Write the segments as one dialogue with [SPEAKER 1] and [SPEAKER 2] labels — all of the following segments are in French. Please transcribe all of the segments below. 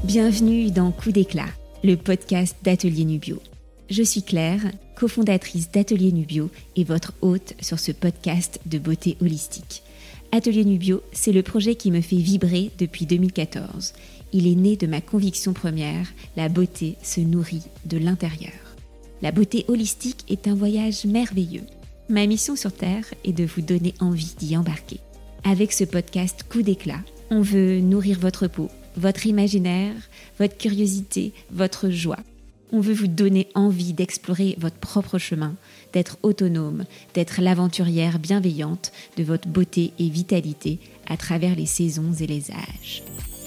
[SPEAKER 1] Bienvenue dans Coup d'éclat, le podcast d'Atelier Nubio. Je suis Claire, cofondatrice d'Atelier Nubio et votre hôte sur ce podcast de beauté holistique. Atelier Nubio, c'est le projet qui me fait vibrer depuis 2014. Il est né de ma conviction première, la beauté se nourrit de l'intérieur. La beauté holistique est un voyage merveilleux. Ma mission sur Terre est de vous donner envie d'y embarquer. Avec ce podcast Coup d'éclat, on veut nourrir votre peau, votre imaginaire, votre curiosité, votre joie. On veut vous donner envie d'explorer votre propre chemin, d'être autonome, d'être l'aventurière bienveillante de votre beauté et vitalité à travers les saisons et les âges.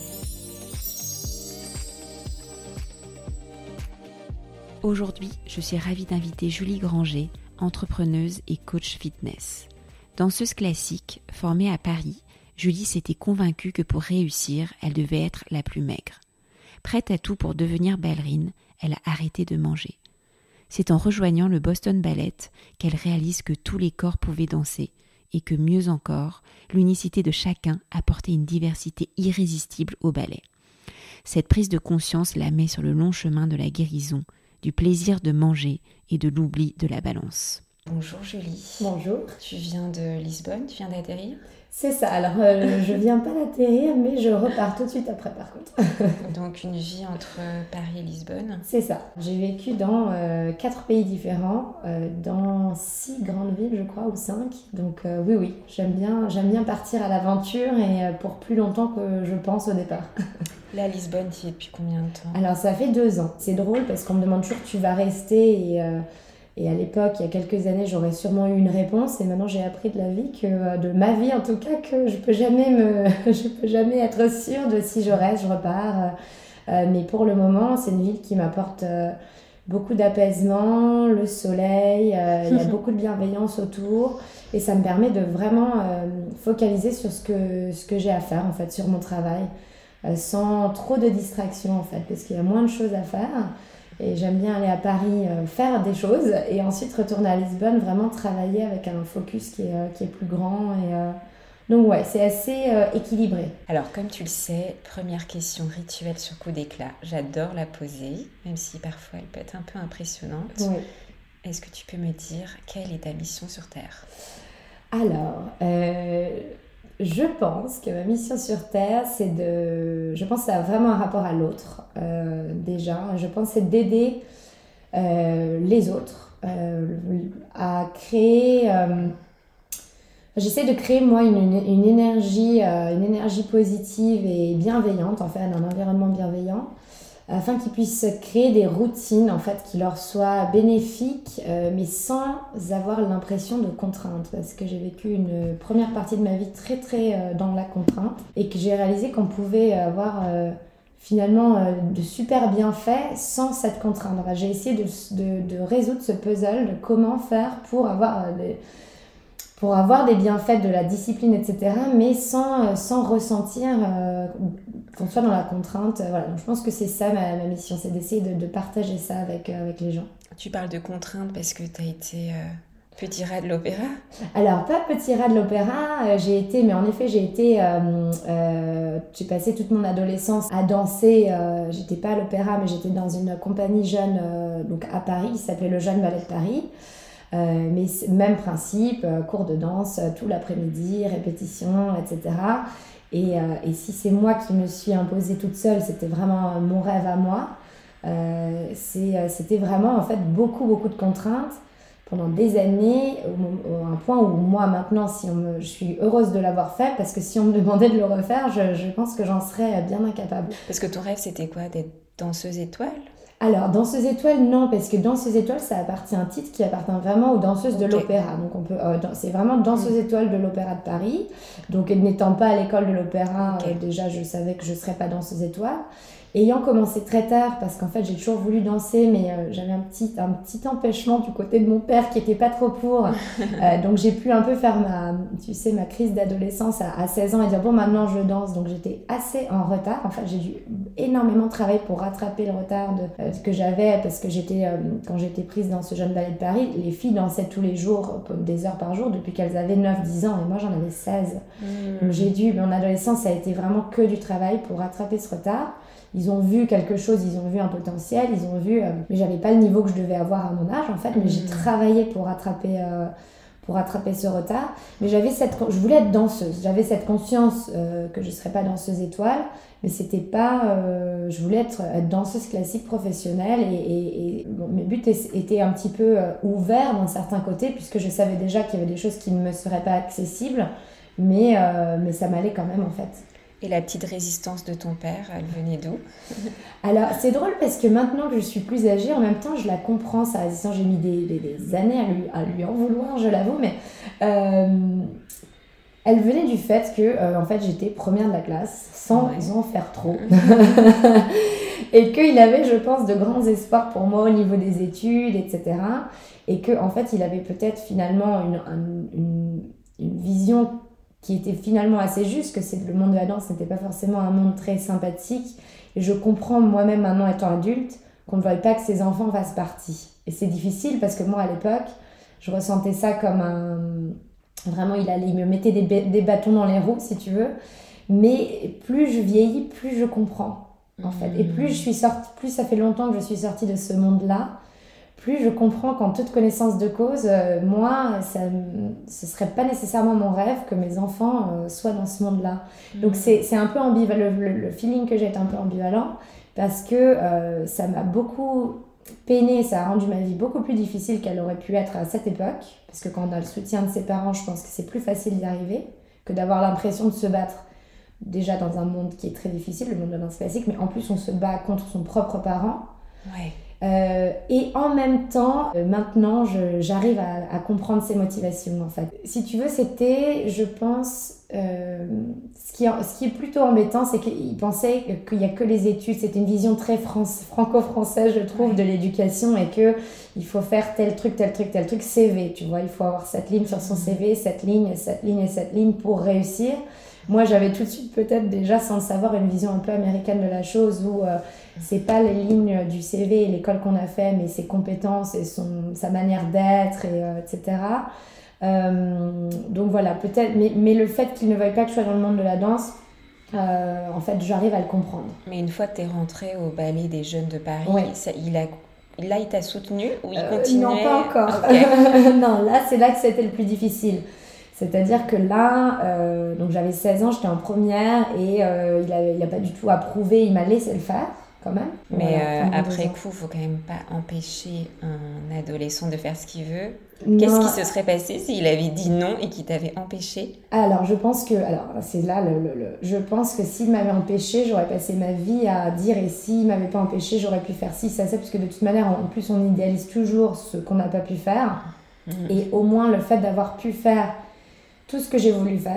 [SPEAKER 1] Aujourd'hui, je suis ravie d'inviter Julie Granger, entrepreneuse et coach fitness. Danseuse classique, formée à Paris, Julie s'était convaincue que pour réussir, elle devait être la plus maigre. Prête à tout pour devenir ballerine, elle a arrêté de manger. C'est en rejoignant le Boston Ballet qu'elle réalise que tous les corps pouvaient danser et que, mieux encore, l'unicité de chacun apportait une diversité irrésistible au ballet. Cette prise de conscience la met sur le long chemin de la guérison, du plaisir de manger et de l'oubli de la balance. Bonjour Julie.
[SPEAKER 2] Bonjour.
[SPEAKER 1] Tu viens de Lisbonne, tu viens d'atterrir ?
[SPEAKER 2] C'est ça, alors je viens pas d'atterrir, mais je repars tout de suite après par contre.
[SPEAKER 1] Donc une vie entre Paris et Lisbonne.
[SPEAKER 2] C'est ça, j'ai vécu dans 4 pays différents, dans 6 grandes villes je crois, ou 5. Donc oui, j'aime bien partir à l'aventure et pour plus longtemps que je pense au départ.
[SPEAKER 1] Là, Lisbonne, tu y es depuis combien de temps ?
[SPEAKER 2] Alors ça fait 2 ans, c'est drôle parce qu'on me demande toujours tu vas rester et à l'époque, il y a quelques années, j'aurais sûrement eu une réponse. Et maintenant, j'ai appris de la vie, de ma vie en tout cas, que je peux jamais être sûre de si je reste, je repars. Mais pour le moment, c'est une ville qui m'apporte beaucoup d'apaisement, le soleil, il y a beaucoup de bienveillance autour. Et ça me permet de vraiment focaliser sur ce que j'ai à faire, en fait, sur mon travail, sans trop de distractions, en fait, parce qu'il y a moins de choses à faire. Et j'aime bien aller à Paris faire des choses et ensuite retourner à Lisbonne, vraiment travailler avec un focus qui est plus grand. Donc ouais, c'est assez équilibré.
[SPEAKER 1] Alors comme tu le sais, première question rituelle sur Coup d'éclat. J'adore la poser, même si parfois elle peut être un peu impressionnante.
[SPEAKER 2] Oui.
[SPEAKER 1] Est-ce que tu peux me dire quelle est ta mission sur Terre ?
[SPEAKER 2] Alors, je pense que ma mission sur Terre, je pense que ça a vraiment un rapport à l'autre, déjà. Je pense que c'est d'aider les autres à créer... j'essaie de créer, moi, une énergie positive et bienveillante, en fait, un environnement bienveillant, afin qu'ils puissent créer des routines en fait, qui leur soient bénéfiques, mais sans avoir l'impression de contrainte. Parce que j'ai vécu une première partie de ma vie très très dans la contrainte et que j'ai réalisé qu'on pouvait avoir finalement de super bienfaits sans cette contrainte. Enfin, j'ai essayé de résoudre ce puzzle de comment faire pour avoir des bienfaits de la discipline, etc., mais sans ressentir qu'on soit dans la contrainte. Voilà. Donc, je pense que c'est ça ma mission, c'est d'essayer de partager ça avec les gens.
[SPEAKER 1] Tu parles de contrainte parce que tu as été petit rat de l'opéra ?
[SPEAKER 2] Alors, pas petit rat de l'opéra, j'ai passé toute mon adolescence à danser. J'étais pas à l'opéra, mais j'étais dans une compagnie jeune donc à Paris, qui s'appelait le Jeune Ballet de Paris. Mais même principe, cours de danse tout l'après-midi, répétition, etc. Et si c'est moi qui me suis imposée toute seule, c'était vraiment mon rêve à moi. C'était vraiment en fait beaucoup de contraintes pendant des années, à un point où moi maintenant, je suis heureuse de l'avoir fait, parce que si on me demandait de le refaire, je pense que j'en serais bien incapable.
[SPEAKER 1] Parce que ton rêve, c'était quoi, d'être danseuse étoile ?
[SPEAKER 2] Alors, danseuse étoile, non, parce que danseuse étoile, ça appartient à un titre qui appartient vraiment aux danseuses de l'opéra. Donc, c'est vraiment danseuse étoile de l'Opéra de Paris. Donc, n'étant pas à l'école de l'opéra, déjà, je savais que je ne serais pas danseuse étoile. Ayant commencé très tard, parce qu'en fait, j'ai toujours voulu danser, mais j'avais un petit empêchement du côté de mon père qui n'était pas trop pour. Donc, j'ai pu un peu faire ma crise d'adolescence à 16 ans et dire, bon, maintenant, je danse. Donc, j'étais assez en retard. En fait, j'ai dû énormément travailler pour rattraper le retard que j'avais, parce que quand j'étais prise dans ce Jeune Ballet de Paris, les filles dansaient tous les jours, des heures par jour, depuis qu'elles avaient 9-10 ans, et moi, j'en avais 16. Donc, mon adolescence, ça a été vraiment que du travail pour rattraper ce retard. Ils ils ont vu quelque chose, ils ont vu un potentiel, ils ont vu... mais j'avais pas le niveau que je devais avoir à mon âge, en fait. Mais j'ai travaillé pour rattraper ce retard. Mais je voulais être danseuse. J'avais cette conscience que je serais pas danseuse étoile, mais c'était pas... je voulais être danseuse classique professionnelle et bon, mes buts étaient un petit peu ouverts d'un certain côté, puisque je savais déjà qu'il y avait des choses qui ne me seraient pas accessibles, mais ça m'allait quand même, en fait.
[SPEAKER 1] Et la petite résistance de ton père, elle venait d'où?
[SPEAKER 2] Alors, c'est drôle parce que maintenant que je suis plus âgée, en même temps, je la comprends, sa résistance. J'ai mis des années à lui en vouloir, je l'avoue, mais elle venait du fait que, en fait, j'étais première de la classe, sans en faire trop. Et qu'il avait, je pense, de grands espoirs pour moi au niveau des études, etc. Et qu'en fait, il avait peut-être finalement une vision qui était finalement assez juste, que le monde de la danse n'était pas forcément un monde très sympathique. Et je comprends moi-même maintenant étant adulte qu'on ne veuille pas que ses enfants fassent partie. Et c'est difficile parce que moi à l'époque, je ressentais ça comme vraiment, il me mettait des bâtons dans les roues, si tu veux. Mais plus je vieillis, plus je comprends, en fait. Et plus ça fait longtemps que je suis sortie de ce monde-là, plus je comprends qu'en toute connaissance de cause, moi, ce serait pas nécessairement mon rêve que mes enfants soient dans ce monde-là. Donc c'est un peu ambivalent, le feeling que j'ai est un peu ambivalent, parce que ça m'a beaucoup peiné, ça a rendu ma vie beaucoup plus difficile qu'elle aurait pu être à cette époque, parce que quand on a le soutien de ses parents, je pense que c'est plus facile d'y arriver que d'avoir l'impression de se battre déjà dans un monde qui est très difficile, le monde de la danse classique, mais en plus on se bat contre son propre parent.
[SPEAKER 1] Ouais.
[SPEAKER 2] Et en même temps, maintenant, j'arrive à comprendre ses motivations, en fait. Si tu veux, c'était, je pense, ce qui est plutôt embêtant, c'est qu'il pensait qu'il n'y a que les études. C'était une vision très franco-française, je trouve, de l'éducation, et qu'il faut faire tel truc, CV, tu vois. Il faut avoir cette ligne sur son CV, cette ligne et cette ligne pour réussir. Moi, j'avais tout de suite, peut-être déjà, sans le savoir, une vision un peu américaine de la chose où c'est pas les lignes du CV et l'école qu'on a fait, mais ses compétences et sa manière d'être, etc. Donc voilà, peut-être, mais le fait qu'il ne veuille pas que je sois dans le monde de la danse, en fait, j'arrive à le comprendre.
[SPEAKER 1] Mais une fois que tu es rentrée au Ballet des Jeunes de Paris, il t'a soutenu ou il continuait?
[SPEAKER 2] Non, pas encore.
[SPEAKER 1] Okay.
[SPEAKER 2] Non, là, c'est là que c'était le plus difficile. C'est-à-dire que là, donc j'avais 16 ans, j'étais en première et il n'a pas du tout approuvé, il m'a laissé le faire quand même.
[SPEAKER 1] Mais voilà, après coup, il ne faut quand même pas empêcher un adolescent de faire ce qu'il veut. Non. Qu'est-ce qui se serait passé s'il avait dit non et qu'il t'avait empêché?
[SPEAKER 2] Alors, je pense que, c'est là je pense que s'il m'avait empêché, j'aurais passé ma vie à dire, et s'il m'avait pas empêché, j'aurais pu faire ci, ça, parce que de toute manière, en plus, on idéalise toujours ce qu'on n'a pas pu faire. Et au moins, le fait d'avoir pu faire tout ce que j'ai voulu faire.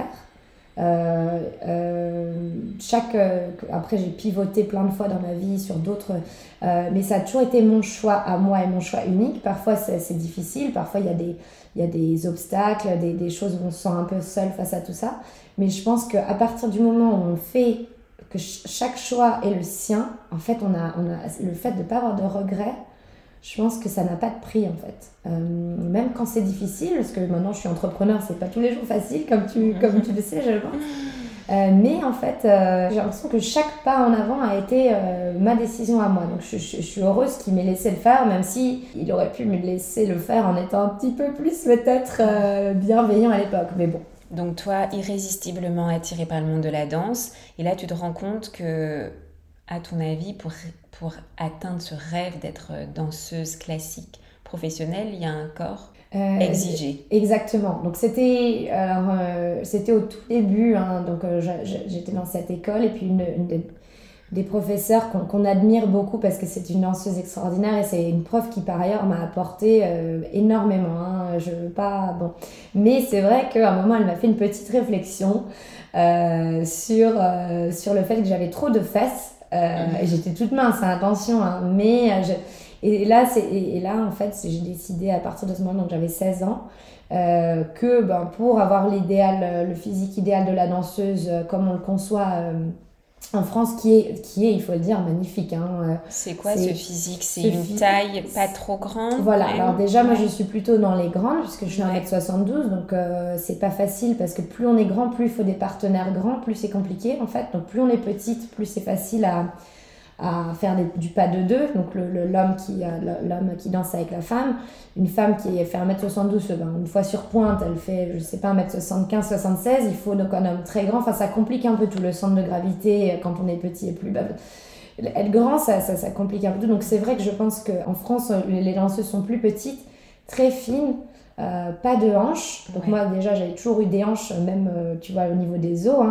[SPEAKER 2] Après, j'ai pivoté plein de fois dans ma vie sur d'autres, mais ça a toujours été mon choix à moi et mon choix unique. Parfois, c'est difficile, parfois, il y a des obstacles, des choses où on se sent un peu seul face à tout ça. Mais je pense qu'à partir du moment où on fait que chaque choix est le sien, en fait, on a le fait de ne pas avoir de regrets. Je pense que ça n'a pas de prix, en fait. Même quand c'est difficile, parce que maintenant je suis entrepreneur, c'est pas tous les jours facile, comme tu le sais, je pense. Mais en fait, j'ai l'impression que chaque pas en avant a été ma décision à moi. Donc je suis heureuse qu'il m'ait laissé le faire, même si il aurait pu me laisser le faire en étant un petit peu plus peut-être bienveillant à l'époque. Mais bon.
[SPEAKER 1] Donc toi, irrésistiblement attirée par le monde de la danse, et là tu te rends compte que, à ton avis, pour atteindre ce rêve d'être danseuse classique professionnelle, il y a un corps exigé.
[SPEAKER 2] Exactement. Donc c'était au tout début, hein, donc j'étais dans cette école, et puis une des professeurs qu'on admire beaucoup parce que c'est une danseuse extraordinaire, et c'est une prof qui par ailleurs m'a apporté énormément, hein, je veux pas, bon. Mais c'est vrai qu'à un moment elle m'a fait une petite réflexion sur le fait que j'avais trop de fesses. Et j'étais toute mince, hein, attention, hein, mais et là en fait j'ai décidé à partir de ce moment, donc j'avais 16 ans, que pour avoir l'idéal, le physique idéal de la danseuse comme on le conçoit en France, qui est, il faut le dire, magnifique, hein.
[SPEAKER 1] C'est quoi ce physique? C'est une taille pas trop grande?
[SPEAKER 2] Voilà, alors déjà moi je suis plutôt dans les grandes, puisque je suis 1m72, donc c'est pas facile, parce que plus on est grand, plus il faut des partenaires grands, plus c'est compliqué en fait. Donc plus on est petite, plus c'est facile à faire du pas de deux, donc l'homme qui danse avec la femme, une femme qui fait 1m72, une fois sur pointe, elle fait, je sais pas, 1m75, 76, il faut donc un homme très grand, enfin ça complique un peu tout le centre de gravité quand on est petit et plus bas. Être grand, ça complique un peu tout, donc c'est vrai que je pense qu'en France, les danseuses sont plus petites, très fines, pas de hanches, donc moi déjà j'avais toujours eu des hanches, même tu vois au niveau des os,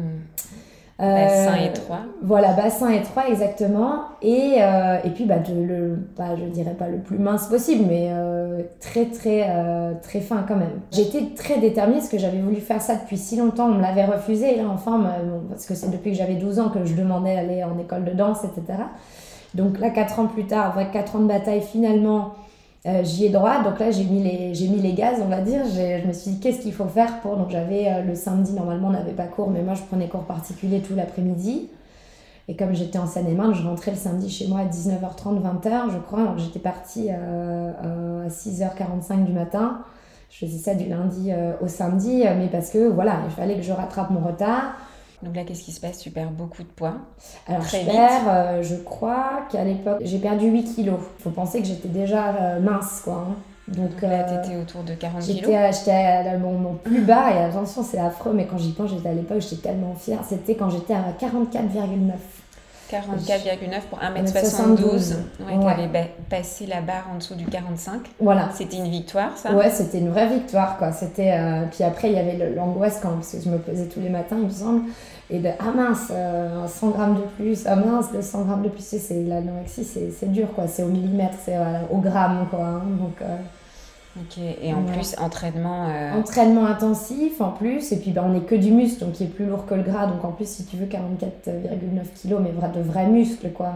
[SPEAKER 3] bassin étroit.
[SPEAKER 2] Voilà, bassin étroit, exactement. Et puis, je dirais pas le plus mince possible, mais très, très, très fin quand même. J'étais très déterminée parce que j'avais voulu faire ça depuis si longtemps. On me l'avait refusé. Et là, enfin, parce que c'est depuis que j'avais 12 ans que je demandais d'aller en école de danse, etc. Donc là, 4 ans plus tard, après 4 ans de bataille, finalement, j'y ai droit. Donc là, j'ai mis les gaz, on va dire. Je me suis dit, qu'est-ce qu'il faut faire pour... Donc j'avais le samedi, normalement, on n'avait pas cours, mais moi, je prenais cours particulier tout l'après-midi. Et comme j'étais en Seine-et-Marne, je rentrais le samedi chez moi à 19h30, 20h, je crois. Donc j'étais partie à 6h45 du matin. Je faisais ça du lundi au samedi, mais parce que, voilà, il fallait que je rattrape mon retard.
[SPEAKER 3] Donc là, qu'est-ce qui se passe? Tu perds beaucoup de poids.
[SPEAKER 2] Alors,
[SPEAKER 3] très vite.
[SPEAKER 2] Je crois qu'à l'époque, j'ai perdu 8 kilos. Il faut penser que j'étais déjà mince, quoi.
[SPEAKER 3] Donc là, t'étais autour de 40 kilos.
[SPEAKER 2] J'étais à mon plus bas, et attention, c'est affreux, mais quand j'y pense, à l'époque, j'étais tellement fière. C'était quand j'étais à 44,9.
[SPEAKER 3] 44,9 pour 1m72. Ouais. T'avais passé la barre en dessous du 45.
[SPEAKER 2] Voilà.
[SPEAKER 3] C'était une victoire, ça?
[SPEAKER 2] Ouais, c'était une vraie victoire, quoi. C'était, puis après, il y avait l'angoisse, parce que je me pesais tous les matins, il me semble. Et ah mince, 100 grammes de plus, ah mince, 200 grammes de plus. L'anorexie, c'est dur, quoi. C'est au millimètre, c'est au gramme, quoi. Donc...
[SPEAKER 3] Ok, et en plus, entraînement...
[SPEAKER 2] Entraînement intensif, en plus, et puis on n'est que du muscle, donc qui est plus lourd que le gras, donc en plus, si tu veux, 44,9 kilos, mais de vrais muscles, quoi.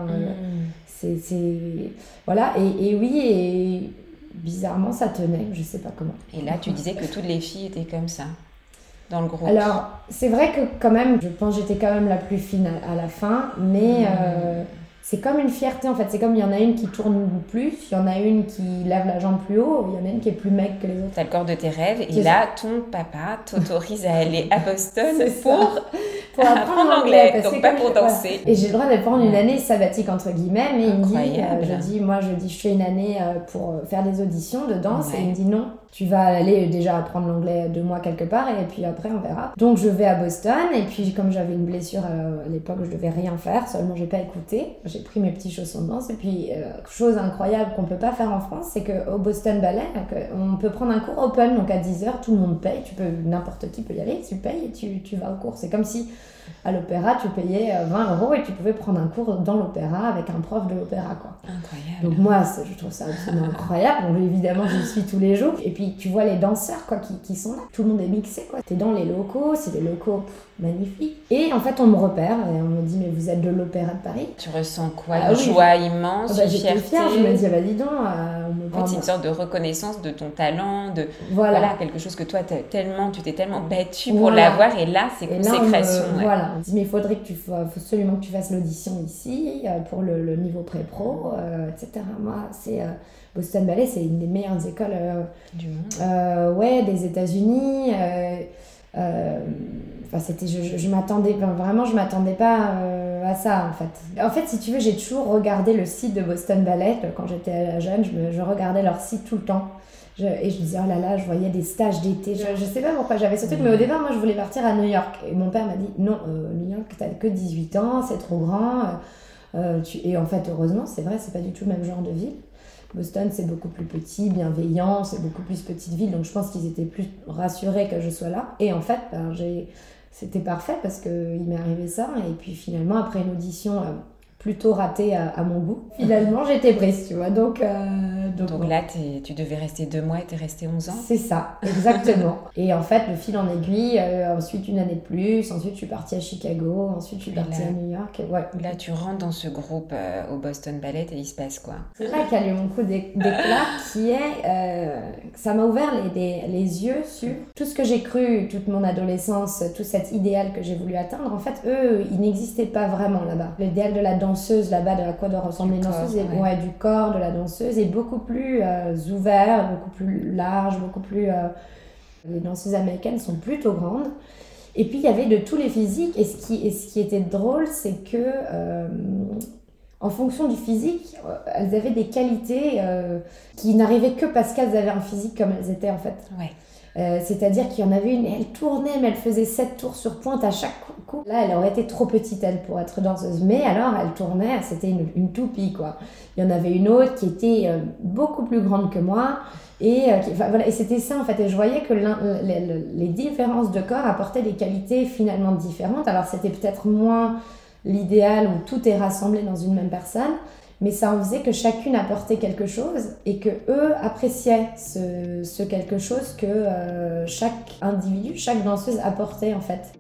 [SPEAKER 2] Voilà, et oui, et bizarrement, ça tenait, je sais pas comment.
[SPEAKER 3] Et là, tu disais que toutes les filles étaient comme ça, dans le groupe.
[SPEAKER 2] Alors, c'est vrai que quand même, je pense que j'étais quand même la plus fine à la fin, mais... c'est comme une fierté en fait, c'est comme il y en a une qui tourne plus, il y en a une qui lève la jambe plus haut, il y en a une qui est plus maigre que les autres.
[SPEAKER 3] T'as le corps de tes rêves et là ton papa t'autorise à aller à Boston pour apprendre l'anglais, donc pas pour danser.
[SPEAKER 2] Voilà. Et j'ai le droit de prendre une année sabbatique entre guillemets, mais il me dit je fais une année pour faire des auditions de danse, et il me dit non. Tu vas aller déjà apprendre l'anglais 2 mois quelque part et puis après on verra. Donc je vais à Boston et puis comme j'avais une blessure à l'époque, je devais rien faire, seulement j'ai pas écouté. J'ai pris mes petits chaussons de danse et puis chose incroyable qu'on peut pas faire en France, c'est qu'au Boston Ballet, on peut prendre un cours open, donc à 10h tout le monde paye, n'importe qui peut y aller, tu payes et tu vas au cours. C'est comme si à l'opéra tu payais 20 € et tu pouvais prendre un cours dans l'opéra avec un prof de l'opéra, quoi.
[SPEAKER 3] Incroyable.
[SPEAKER 2] Donc moi je trouve ça absolument incroyable. Donc évidemment j'y suis tous les jours et puis tu vois les danseurs, quoi, qui sont là, tout le monde est mixé, quoi. T'es dans les locaux, c'est des locaux magnifiques, et en fait on me repère et on me dit mais vous êtes de l'opéra de Paris.
[SPEAKER 3] Tu ressens quoi? Une joie immense, une
[SPEAKER 2] j'étais
[SPEAKER 3] fierté.
[SPEAKER 2] fière, je me dis dis donc
[SPEAKER 3] en fait c'est une sorte de reconnaissance de ton talent, de
[SPEAKER 2] voilà
[SPEAKER 3] quelque chose que toi tu t'es tellement battue pour l'avoir, et là c'est consécration.
[SPEAKER 2] Voilà, on me dit mais il faudrait que faut absolument que tu fasses l'audition ici pour le niveau pré-pro, etc. Moi c'est Boston Ballet, c'est une des meilleures écoles
[SPEAKER 3] du monde.
[SPEAKER 2] Des États-Unis. Je m'attendais pas à ça, en fait. En fait, si tu veux, j'ai toujours regardé le site de Boston Ballet. Quand j'étais jeune, je regardais leur site tout le temps. Et je disais, oh là là, je voyais des stages d'été. Je sais pas pourquoi j'avais ce truc, mais au départ, moi, je voulais partir à New York. Et mon père m'a dit, non, New York, t'as que 18 ans, c'est trop grand. Et en fait, heureusement, c'est vrai, c'est pas du tout le même genre de ville. Boston, c'est beaucoup plus petit, bienveillant, c'est beaucoup plus petite ville, donc je pense qu'ils étaient plus rassurés que je sois là. Et en fait, c'était parfait parce qu'il m'est arrivé ça, et puis finalement, après une audition plutôt ratée à mon goût, finalement, j'étais prise, tu vois. Donc
[SPEAKER 3] là, tu devais rester 2 mois et t'es restée 11 ans.
[SPEAKER 2] C'est ça, exactement. Et en fait, de fil en aiguille, ensuite une année de plus, ensuite je suis partie à Chicago, ensuite je suis partie à New York. Ouais.
[SPEAKER 3] Là, tu rentres dans ce groupe au Boston Ballet et il se passe quoi?
[SPEAKER 2] C'est là qu'a eu mon coup d'éclat, qui est... ça m'a ouvert les yeux sur tout ce que j'ai cru, toute mon adolescence, tout cet idéal que j'ai voulu atteindre. En fait, eux, ils n'existaient pas vraiment là-bas. L'idéal de la danseuse là-bas, de à quoi doit ressembler une danseuse, du corps de la danseuse, est beaucoup plus ouvert, beaucoup plus large, beaucoup plus... Les danseuses américaines sont plutôt grandes. Et puis, il y avait de tous les physiques. Et ce qui était drôle, c'est que en fonction du physique, elles avaient des qualités qui n'arrivaient que parce qu'elles avaient un physique comme elles étaient en fait.
[SPEAKER 3] Ouais.
[SPEAKER 2] C'est-à-dire qu'il y en avait une, elle tournait, mais elle faisait 7 tours sur pointe à chaque coup. Là, elle aurait été trop petite, elle, pour être danseuse. Mais alors, elle tournait, c'était une toupie, quoi. Il y en avait une autre qui était beaucoup plus grande que moi. Et c'était ça, en fait. Et je voyais que les différences de corps apportaient des qualités finalement différentes. Alors, c'était peut-être moins l'idéal où tout est rassemblé dans une même personne. Mais ça en faisait que chacune apportait quelque chose et que eux appréciaient ce quelque chose que chaque individu, chaque danseuse apportait en fait.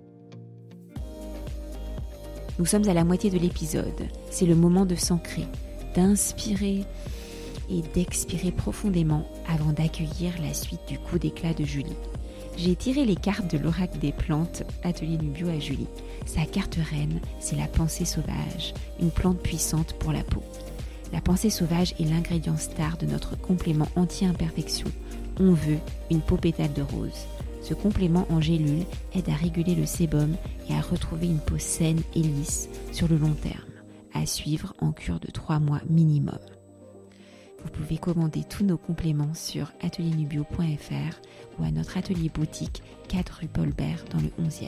[SPEAKER 1] Nous sommes à la moitié de l'épisode. C'est le moment de s'ancrer, d'inspirer et d'expirer profondément avant d'accueillir la suite du coup d'éclat de Julie. J'ai tiré les cartes de l'oracle des plantes Atelier Nubio à Julie. Sa carte reine, c'est la pensée sauvage, une plante puissante pour la peau. La pensée sauvage est l'ingrédient star de notre complément anti-imperfection. On veut une peau pétale de rose. Ce complément en gélule aide à réguler le sébum et à retrouver une peau saine et lisse sur le long terme, à suivre en cure de 3 mois minimum. Vous pouvez commander tous nos compléments sur ateliernubio.fr ou à notre atelier boutique 4 rue Paul Bert dans le 11e.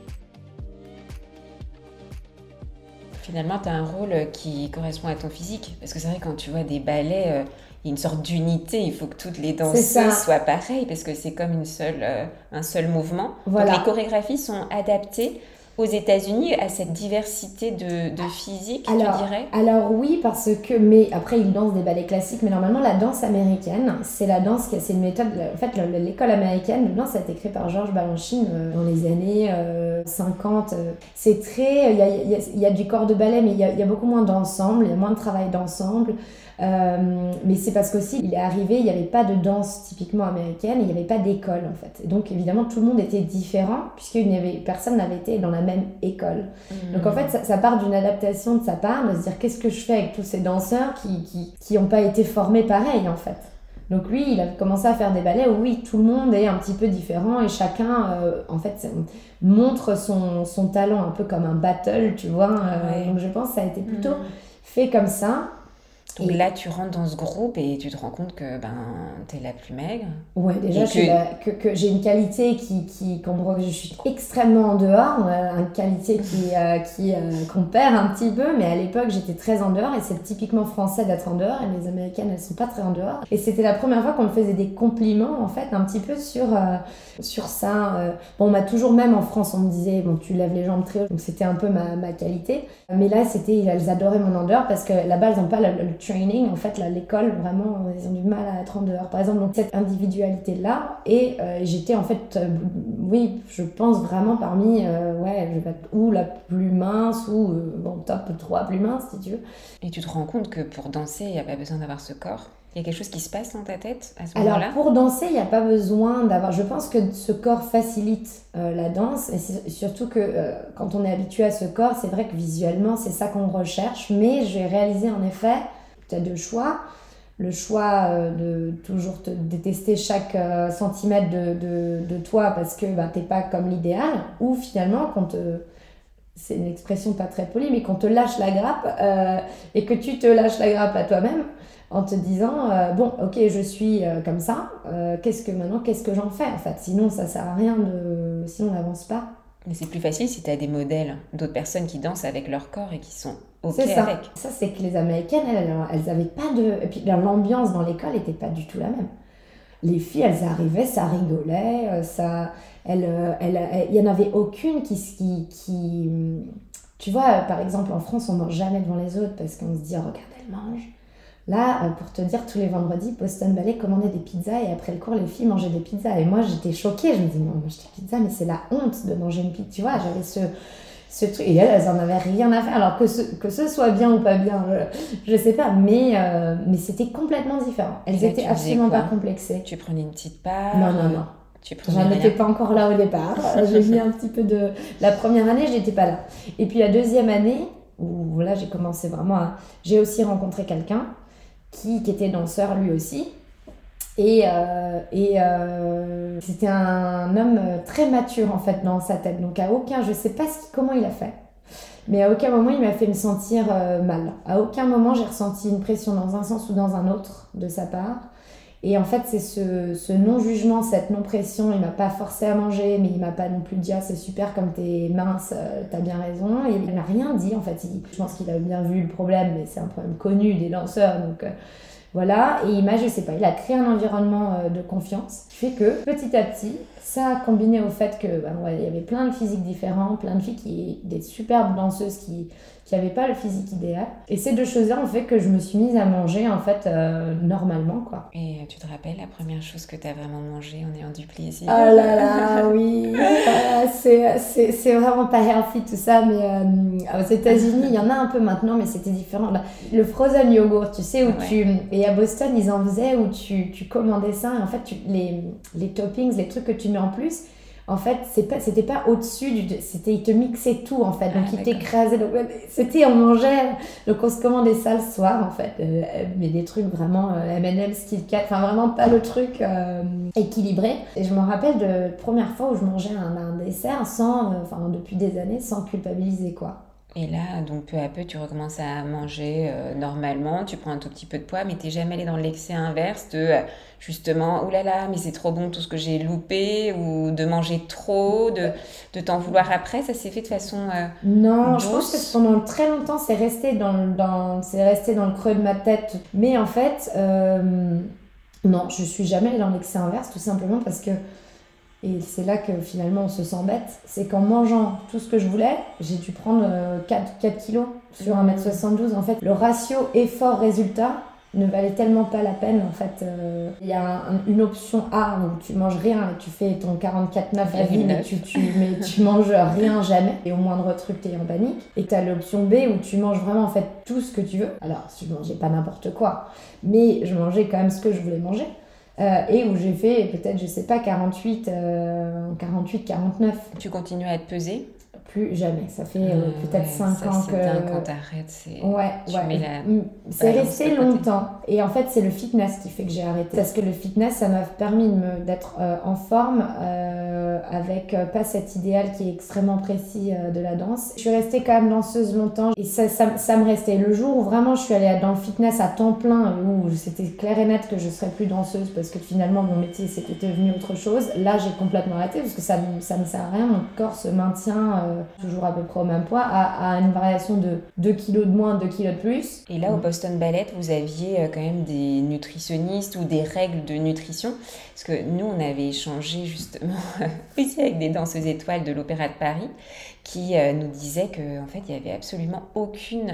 [SPEAKER 3] Finalement, tu as un rôle qui correspond à ton physique. Parce que c'est vrai, quand tu vois des ballets, il y a une sorte d'unité. Il faut que toutes les danseuses soient pareilles parce que c'est comme un seul mouvement.
[SPEAKER 2] Voilà.
[SPEAKER 3] Donc, les chorégraphies sont adaptées aux États-Unis à cette diversité de physique, tu dirais?
[SPEAKER 2] Alors oui, parce que... Mais après, ils dansent des ballets classiques. Mais normalement, la danse américaine, c'est une méthode... En fait, l'école américaine de danse a été créée par Georges Balanchine dans les années 50. C'est très... Il y a du corps de ballet, mais il y a beaucoup moins d'ensemble. Il y a moins de travail d'ensemble. Mais c'est parce qu'aussi il est arrivé, il n'y avait pas de danse typiquement américaine, il n'y avait pas d'école en fait. Et donc évidemment tout le monde était différent puisque personne n'avait été dans la même école. Donc en fait ça part d'une adaptation de sa part, de se dire qu'est-ce que je fais avec tous ces danseurs qui n'ont pas été formés pareil en fait. Donc lui il a commencé à faire des ballets où oui tout le monde est un petit peu différent et chacun en fait montre son talent un peu comme un battle, tu vois.
[SPEAKER 3] Ouais.
[SPEAKER 2] Donc je pense que ça a été plutôt fait comme ça.
[SPEAKER 3] Donc là, tu rentres dans ce groupe et tu te rends compte que t'es la plus maigre.
[SPEAKER 2] Ouais, déjà, que j'ai une qualité qu'on me voit que je suis extrêmement en dehors, une qualité qu'on perd un petit peu, mais à l'époque, j'étais très en dehors et c'est typiquement français d'être en dehors et les Américaines, elles sont pas très en dehors. Et c'était la première fois qu'on me faisait des compliments, en fait, un petit peu sur ça. Bon, on m'a toujours, même en France, on me disait, bon, tu lèves les jambes très haut, donc c'était un peu ma qualité. Mais là, elles adoraient mon en dehors parce que là-bas, elles n'ont pas le training, en fait, l'école, vraiment, ils ont du mal à être en dehors. Par exemple, donc cette individualité-là, et j'étais en fait, oui, je pense vraiment parmi, je vais être ou la plus mince, ou top 3 plus mince, si tu veux.
[SPEAKER 3] Et tu te rends compte que pour danser, il n'y a pas besoin d'avoir ce corps? Il y a quelque chose qui se passe dans ta tête à ce moment-là?
[SPEAKER 2] Alors, pour danser, il n'y a pas besoin d'avoir... Je pense que ce corps facilite la danse. Et c'est surtout que quand on est habitué à ce corps, c'est vrai que visuellement, c'est ça qu'on recherche. Mais j'ai réalisé en effet, tu as 2 choix. Le choix de toujours te détester chaque centimètre de toi parce que t'es pas comme l'idéal. Ou finalement, c'est une expression pas très polie, mais qu'on te lâche la grappe et que tu te lâches la grappe à toi-même. En te disant, bon, ok, je suis comme ça, qu'est-ce que j'en fais en fait? Sinon, ça sert à rien sinon on n'avance pas.
[SPEAKER 3] Mais c'est plus facile si tu as des modèles, d'autres personnes qui dansent avec leur corps et qui sont ok
[SPEAKER 2] c'est ça.
[SPEAKER 3] avec.
[SPEAKER 2] Ça, c'est que les Américaines, elles avaient pas de... Et puis l'ambiance dans l'école n'était pas du tout la même. Les filles, elles arrivaient, ça rigolait, il y en avait aucune qui... Tu vois, par exemple, en France, on mange jamais devant les autres parce qu'on se dit, oh, regarde, elle mange. Là, pour te dire, tous les vendredis, Boston Ballet commandait des pizzas et après le cours, les filles mangeaient des pizzas. Et moi, j'étais choquée. Je me disais, non, on mange des pizzas, mais c'est la honte de manger une pizza. Tu vois, j'avais ce truc. Et elles en avaient rien à faire. Alors que ce soit bien ou pas bien, je sais pas. Mais c'était complètement différent. Elles étaient absolument pas complexées.
[SPEAKER 3] Tu prenais une petite part?
[SPEAKER 2] Non. J'en étais pas encore là au départ. J'ai mis un petit peu de... La première année, j'étais pas là. Et puis la deuxième année, où là, j'ai commencé vraiment J'ai aussi rencontré quelqu'un qui était danseur lui aussi. Et c'était un homme très mature en fait dans sa tête. Donc je sais pas comment il a fait. Mais à aucun moment, il m'a fait me sentir mal. À aucun moment, j'ai ressenti une pression dans un sens ou dans un autre de sa part. Et en fait, c'est ce non-jugement, cette non-pression. Il m'a pas forcé à manger, mais il m'a pas non plus dit « Ah, c'est super comme t'es mince, t'as bien raison ». Et il m'a rien dit, en fait. Je pense qu'il a bien vu le problème, mais c'est un problème connu des danseurs, donc... Voilà, et je sais pas, il a créé un environnement de confiance qui fait que petit à petit, ça a combiné au fait que il y avait plein de physiques différents, plein de filles des superbes danseuses qui n'avaient pas le physique idéal. Et ces deux choses-là ont fait que je me suis mise à manger en fait normalement, quoi.
[SPEAKER 3] Et tu te rappelles la première chose que tu as vraiment mangée en ayant du plaisir?
[SPEAKER 2] Oh là là, oui, c'est vraiment pas healthy tout ça, mais aux États-Unis, il y en a un peu maintenant, mais c'était différent. Le frozen yogurt, tu sais, et à Boston, ils en faisaient où tu commandais ça, et en fait, les toppings, les trucs que tu mets en plus, en fait, c'était pas au-dessus, ils te mixaient tout, en fait. Donc, ils t'écrasaient. Donc, on mangeait. Donc, on se commandait ça le soir, en fait. Mais des trucs vraiment M&M's, Kit Kat. Enfin, vraiment pas le truc équilibré. Et je me rappelle de la première fois où je mangeais un dessert depuis des années, sans culpabiliser, quoi.
[SPEAKER 3] Et là, donc peu à peu, tu recommences à manger normalement, tu prends un tout petit peu de poids, mais t'es jamais allé dans l'excès inverse de justement, oh là là, mais c'est trop bon tout ce que j'ai loupé, ou de manger trop, de t'en vouloir après. Ça s'est fait de façon
[SPEAKER 2] non,
[SPEAKER 3] douce.
[SPEAKER 2] Je pense que pendant très longtemps, c'est resté dans le creux de ma tête. Mais en fait, non, je suis jamais allée dans l'excès inverse, tout simplement parce que et c'est là que finalement on se sent bête, c'est qu'en mangeant tout ce que je voulais, j'ai dû prendre 4 kilos sur 1m72. En fait, le ratio effort-résultat ne valait tellement pas la peine. En fait, il y a une option A où tu manges rien et tu fais ton 44,9 à vie, mais tu manges rien jamais. Et au moindre truc, t'es en panique. Et t'as l'option B où tu manges vraiment en fait tout ce que tu veux. Alors, je mangeais pas n'importe quoi, mais je mangeais quand même ce que je voulais manger. Et où j'ai fait peut-être, je sais pas, 48, 49.
[SPEAKER 3] Tu continues à être pesée?
[SPEAKER 2] Plus jamais. Ça fait peut-être 5 ans que...
[SPEAKER 3] Quand t'arrêtes, c'est...
[SPEAKER 2] C'est resté longtemps. Et en fait, c'est le fitness qui fait que j'ai arrêté. Parce que le fitness, ça m'a permis d'être en forme avec pas cet idéal qui est extrêmement précis de la danse. Je suis restée quand même danseuse longtemps et ça me restait. Le jour où vraiment je suis allée dans le fitness à temps plein, où c'était clair et net que je serais plus danseuse parce que finalement mon métier c'était devenu autre chose, là j'ai complètement arrêté parce que ça ne sert à rien. Mon corps se maintient toujours à peu près au même poids, à une variation de 2 kilos de moins, 2 kilos de plus.
[SPEAKER 3] Et là, au Boston Ballet, vous aviez quand même des nutritionnistes ou des règles de nutrition? Parce que nous, on avait échangé justement aussi avec des danseuses étoiles de l'Opéra de Paris qui nous disaient qu'en fait, il n'y avait absolument aucun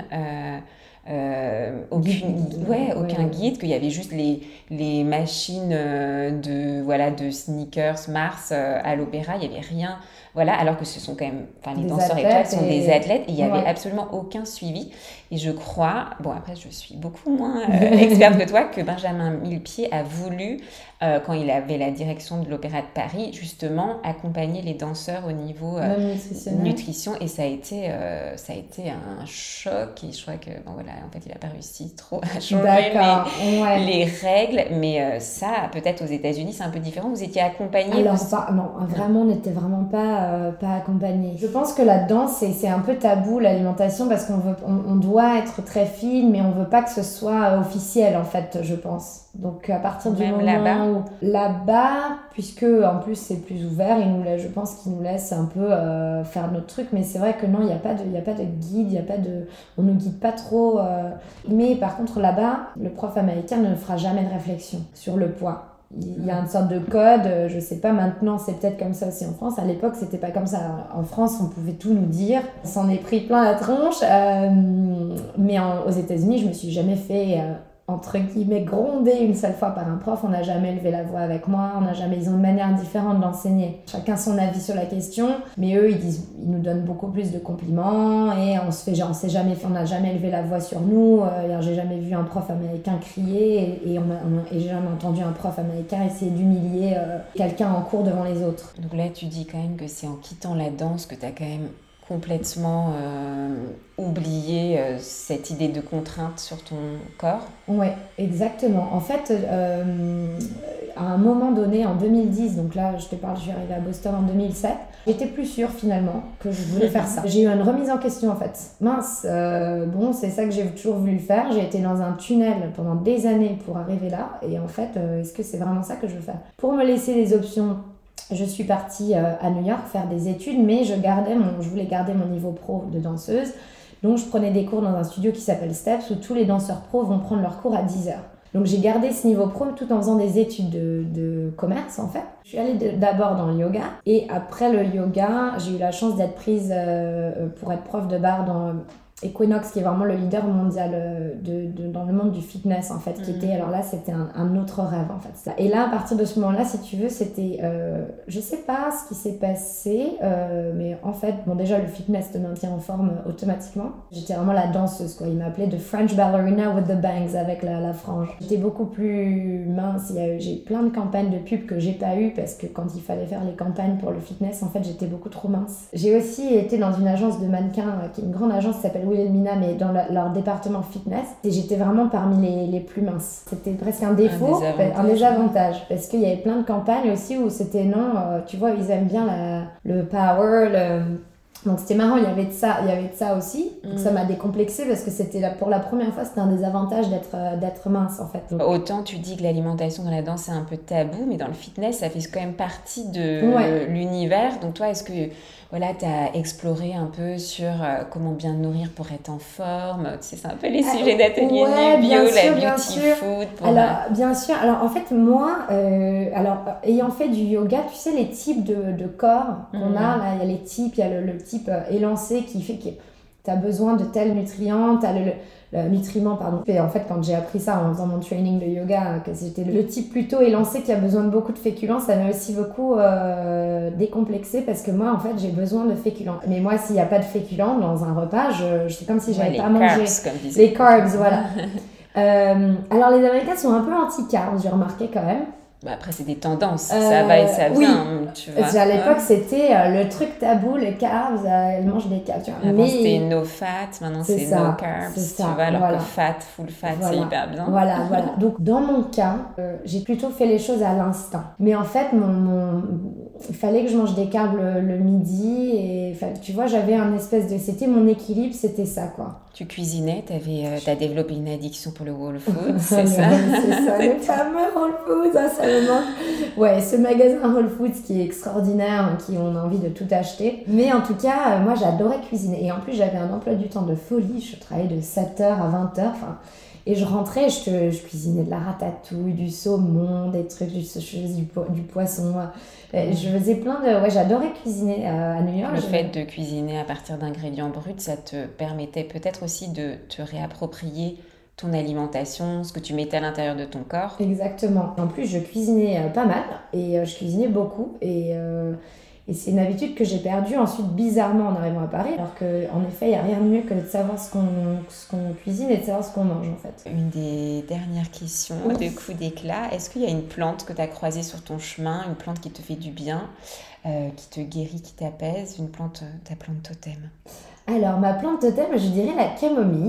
[SPEAKER 3] guide, qu'il y avait juste les machines de sneakers Mars à l'opéra, il n'y avait rien, alors que ce sont quand même, les danseurs étoiles sont des athlètes et il n'y avait absolument aucun suivi. Et je crois, après je suis beaucoup moins experte que toi, que Benjamin Millepied a voulu, quand il avait la direction de l'Opéra de Paris, justement accompagner les danseurs au niveau nutrition, et ça a été un choc. Et je crois que en fait il n'a pas réussi trop à changer les règles, mais ça peut-être aux États-Unis c'est un peu différent. Vous étiez accompagnés?
[SPEAKER 2] Alors non, vraiment on n'était vraiment pas accompagnés. Je pense que la danse c'est un peu tabou, l'alimentation, parce qu'on doit être très fine, mais on veut pas que ce soit officiel en fait, je pense. Donc à partir du moment là-bas, puisque en plus c'est plus ouvert, je pense qu'ils nous laissent un peu faire notre truc, mais c'est vrai que non, il y a pas de guide, on nous guide pas trop. Mais par contre là-bas, le prof américain ne fera jamais de réflexion sur le poids. Il y a une sorte de code, je sais pas, maintenant c'est peut-être comme ça aussi en France. À l'époque c'était pas comme ça. En France on pouvait tout nous dire, on s'en est pris plein la tronche, mais aux États-Unis je me suis jamais fait entre guillemets gronder une seule fois par un prof. On n'a jamais levé la voix avec moi, ils ont une manière différente d'enseigner, chacun son avis sur la question, mais eux ils nous donnent beaucoup plus de compliments et on n'a jamais levé la voix sur nous. J'ai jamais vu un prof américain crier et j'ai jamais entendu un prof américain essayer d'humilier quelqu'un en cours devant les autres.
[SPEAKER 3] Donc là tu dis quand même que c'est en quittant la danse que tu as quand même complètement oublié cette idée de contrainte sur ton corps?
[SPEAKER 2] Oui, exactement. En fait, à un moment donné, en 2010, donc là, je te parle, je suis arrivée à Boston en 2007, j'étais plus sûre finalement que je voulais faire ça. J'ai eu une remise en question en fait. Mince, bon, c'est ça que j'ai toujours voulu faire. J'ai été dans un tunnel pendant des années pour arriver là. Et en fait, est-ce que c'est vraiment ça que je veux faire? Pour me laisser les options, je suis partie à New York faire des études, mais je voulais garder mon niveau pro de danseuse. Donc je prenais des cours dans un studio qui s'appelle Steps où tous les danseurs pros vont prendre leurs cours à 10h. Donc j'ai gardé ce niveau pro tout en faisant des études de commerce en fait. Je suis allée d'abord dans le yoga et après le yoga, j'ai eu la chance d'être prise pour être prof de barre dans Equinox, qui est vraiment le leader mondial dans le monde du fitness en fait, qui était, alors là c'était un autre rêve en fait. Et là à partir de ce moment-là, si tu veux, c'était, je sais pas ce qui s'est passé, mais en fait, bon déjà le fitness te maintient en forme automatiquement. J'étais vraiment la danseuse quoi, ils m'appelaient The French Ballerina with the bangs, avec la frange. J'étais beaucoup plus mince, j'ai plein de campagnes de pub que j'ai pas eu parce que quand il fallait faire les campagnes pour le fitness, en fait j'étais beaucoup trop mince. J'ai aussi été dans une agence de mannequins, qui est une grande agence qui s'appelle Wilhelmina, mais dans leur département fitness, et j'étais vraiment parmi les plus minces. C'était presque un défaut, un désavantage, parce qu'il y avait plein de campagnes aussi où c'était non, tu vois, ils aiment bien le power, donc c'était marrant, il y avait de ça aussi. Donc ça m'a décomplexée parce que pour la première fois, c'était un désavantage d'être mince en fait. Donc,
[SPEAKER 3] autant tu dis que l'alimentation dans la danse c'est un peu tabou, mais dans le fitness ça fait quand même partie de l'univers. Donc toi, est-ce que voilà, tu as exploré un peu sur comment bien nourrir pour être en forme? Tu sais, c'est un peu les sujets d'atelier bio, la beauty food.
[SPEAKER 2] Alors, bien sûr. Alors, en fait, moi, ayant fait du yoga, tu sais, les types de corps qu'on a, là, il y a les types, il y a le type élancé qui fait que tu as besoin de tel nutriment, tu as le nutriment, pardon. Et en fait, quand j'ai appris ça en faisant mon training de yoga, que c'était le type plutôt élancé qui a besoin de beaucoup de féculents, ça m'a aussi beaucoup décomplexé parce que moi, en fait, j'ai besoin de féculents. Mais moi, s'il n'y a pas de féculents dans un repas, c'est comme si j'avais pas mangé. Les carbs, voilà. Alors, les Américains sont un peu anti-carbs, j'ai remarqué quand même.
[SPEAKER 3] Bah après, c'est des tendances, ça va et ça vient,
[SPEAKER 2] oui.
[SPEAKER 3] Tu vois.
[SPEAKER 2] À l'époque, c'était le truc tabou, les carbs, elles mangent des carbs. Tu vois.
[SPEAKER 3] Avant, c'était no fat, maintenant c'est no carbs,
[SPEAKER 2] tu
[SPEAKER 3] vois, alors que full fat, c'est hyper bien.
[SPEAKER 2] Voilà. Donc, dans mon cas, j'ai plutôt fait les choses à l'instinct. Mais en fait, il fallait que je mange des carbs le midi, et tu vois, j'avais c'était mon équilibre, c'était ça, quoi.
[SPEAKER 3] Tu cuisinais, t'as développé une addiction pour le Whole Foods, c'est ça?
[SPEAKER 2] C'est ça, le fameux Whole Foods, ça me manque. Ouais, ce magasin Whole Foods qui est extraordinaire, qui on a envie de tout acheter. Mais en tout cas, moi j'adorais cuisiner. Et en plus, j'avais un emploi du temps de folie. Je travaillais de 7h à 20h. Et je rentrais, je cuisinais de la ratatouille, du saumon, des trucs, je faisais du poisson. Je faisais plein de... Ouais, j'adorais cuisiner à New York.
[SPEAKER 3] Le fait de cuisiner à partir d'ingrédients bruts, ça te permettait peut-être aussi de te réapproprier ton alimentation, ce que tu mettais à l'intérieur de ton corps.
[SPEAKER 2] Exactement. En plus, je cuisinais pas mal et je cuisinais beaucoup. Et c'est une habitude que j'ai perdue ensuite bizarrement en arrivant à Paris, alors qu'en effet, il n'y a rien de mieux que de savoir ce qu'on cuisine et de savoir ce qu'on mange en fait.
[SPEAKER 3] Une des dernières questions de coup d'éclat, est-ce qu'il y a une plante que tu as croisée sur ton chemin, une plante qui te fait du bien, qui te guérit, qui t'apaise, ta plante totem?
[SPEAKER 2] Alors, ma plante totem, je dirais la camomille,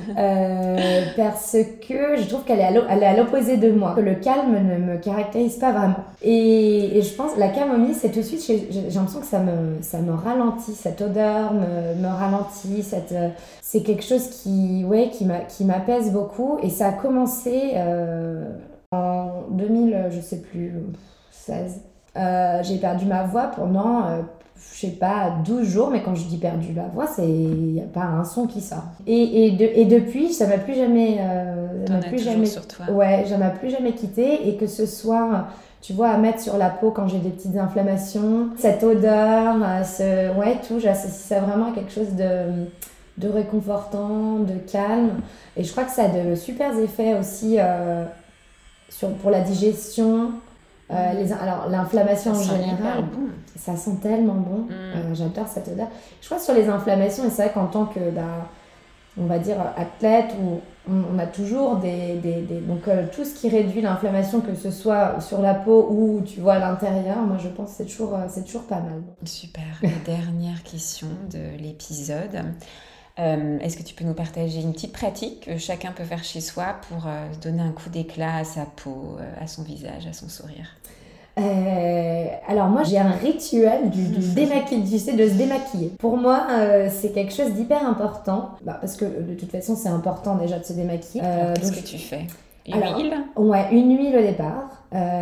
[SPEAKER 2] parce que je trouve qu'elle est à l'opposé de moi, que le calme ne me caractérise pas vraiment. Et je pense, la camomille, c'est tout de suite, j'ai l'impression que ça me ralentit, cette odeur me ralentit, c'est quelque chose qui m'apaise beaucoup. Et ça a commencé en 2000, je sais plus, 16. J'ai perdu ma voix pendant... je sais pas, 12 jours, mais quand je dis perdu la voix, il n'y a pas un son qui sort. Et depuis, ça m'a plus jamais...
[SPEAKER 3] sur toi.
[SPEAKER 2] Ouais, ça m'a plus jamais quitté. Et que ce soit, tu vois, à mettre sur la peau quand j'ai des petites inflammations, cette odeur, tout, j'associe ça vraiment à quelque chose de réconfortant, de calme. Et je crois que ça a de super effets aussi pour la digestion. Alors l'inflammation en général,
[SPEAKER 3] bon.
[SPEAKER 2] Ça sent tellement bon. J'adore cette odeur. Je crois que sur les inflammations, et c'est vrai qu'en tant que on va dire athlète, où on a toujours donc tout ce qui réduit l'inflammation, que ce soit sur la peau ou tu vois à l'intérieur, moi je pense que c'est toujours pas mal.
[SPEAKER 3] Super. La dernière question de l'épisode. Est-ce que tu peux nous partager une petite pratique que chacun peut faire chez soi pour donner un coup d'éclat à sa peau, à son visage, à son sourire?
[SPEAKER 2] Alors moi j'ai un rituel du démaquiller, tu sais, de se démaquiller. Pour moi c'est quelque chose d'hyper important, parce que de toute façon c'est important déjà de se démaquiller.
[SPEAKER 3] Qu'est-ce que tu fais? Huile?
[SPEAKER 2] Ouais, une huile au départ.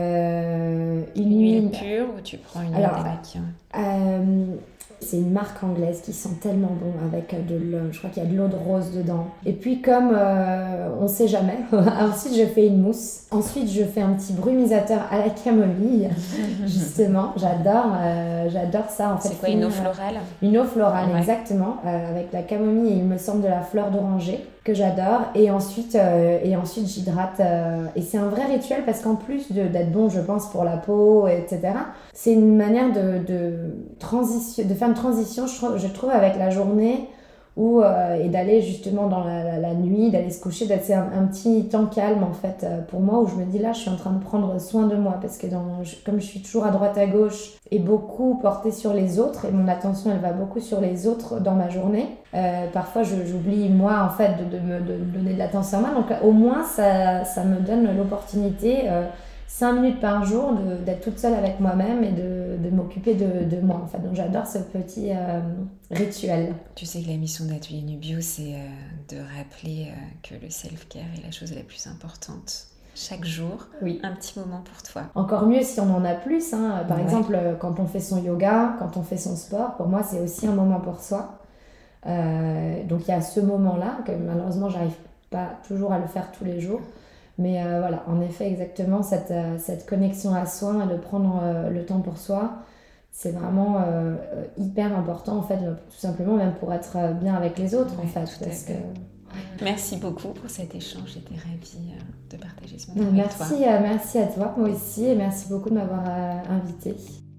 [SPEAKER 3] Une huile pure ou tu prends une huile démaquillante?
[SPEAKER 2] C'est une marque anglaise qui sent tellement bon avec je crois qu'il y a de l'eau de rose dedans. Et puis comme on sait jamais, ensuite je fais une mousse. Ensuite je fais un petit brumisateur à la camomille. Justement, j'adore ça en fait.
[SPEAKER 3] C'est quoi, une eau florale?
[SPEAKER 2] Une eau florale, ouais. Exactement, avec la camomille et il me semble de la fleur d'oranger que j'adore. Et ensuite j'hydrate. Et c'est un vrai rituel parce qu'en plus d'être bon, je pense, pour la peau, etc., c'est une manière de faire une transition, je trouve, avec la journée et d'aller justement dans la nuit, d'aller se coucher, c'est un petit temps calme en fait pour moi où je me dis là je suis en train de prendre soin de moi parce que comme je suis toujours à droite à gauche et beaucoup portée sur les autres et mon attention elle va beaucoup sur les autres dans ma journée, parfois j'oublie moi en fait de me donner de l'attention à moi, donc au moins ça me donne l'opportunité 5 minutes par jour d'être toute seule avec moi-même et de m'occuper de moi en fait. Donc j'adore ce petit rituel.
[SPEAKER 3] Tu sais que la mission d'Atelier Nubio, c'est de rappeler que le self-care est la chose la plus importante. Chaque jour, oui. Un petit moment pour toi.
[SPEAKER 2] Encore mieux si on en a plus. Par exemple, quand on fait son yoga, quand on fait son sport, pour moi c'est aussi un moment pour soi. Donc il y a ce moment-là, que malheureusement j'arrive pas toujours à le faire tous les jours. Mais voilà, en effet, exactement, cette connexion à soi et de prendre le temps pour soi, c'est vraiment hyper important, en fait, tout simplement, même pour être bien avec les autres, en fait. Parce que...
[SPEAKER 3] Merci beaucoup pour cet échange, j'étais ravie de partager ce moment avec toi.
[SPEAKER 2] Merci à toi, moi aussi, et merci beaucoup de m'avoir invitée.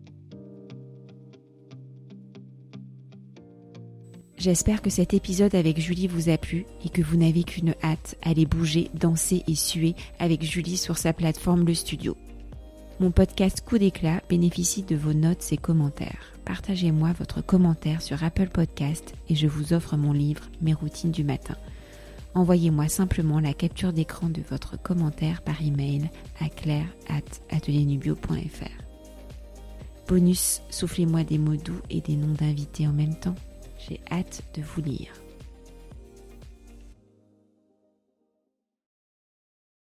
[SPEAKER 1] J'espère que cet épisode avec Julie vous a plu et que vous n'avez qu'une hâte, aller bouger, danser et suer avec Julie sur sa plateforme Le Studio. Mon podcast Coup d'éclat bénéficie de vos notes et commentaires. Partagez-moi votre commentaire sur Apple Podcast et je vous offre mon livre Mes routines du matin. Envoyez-moi simplement la capture d'écran de votre commentaire par email à claire@ateliernubio.fr. Bonus, soufflez-moi des mots doux et des noms d'invités en même temps. J'ai hâte de vous lire.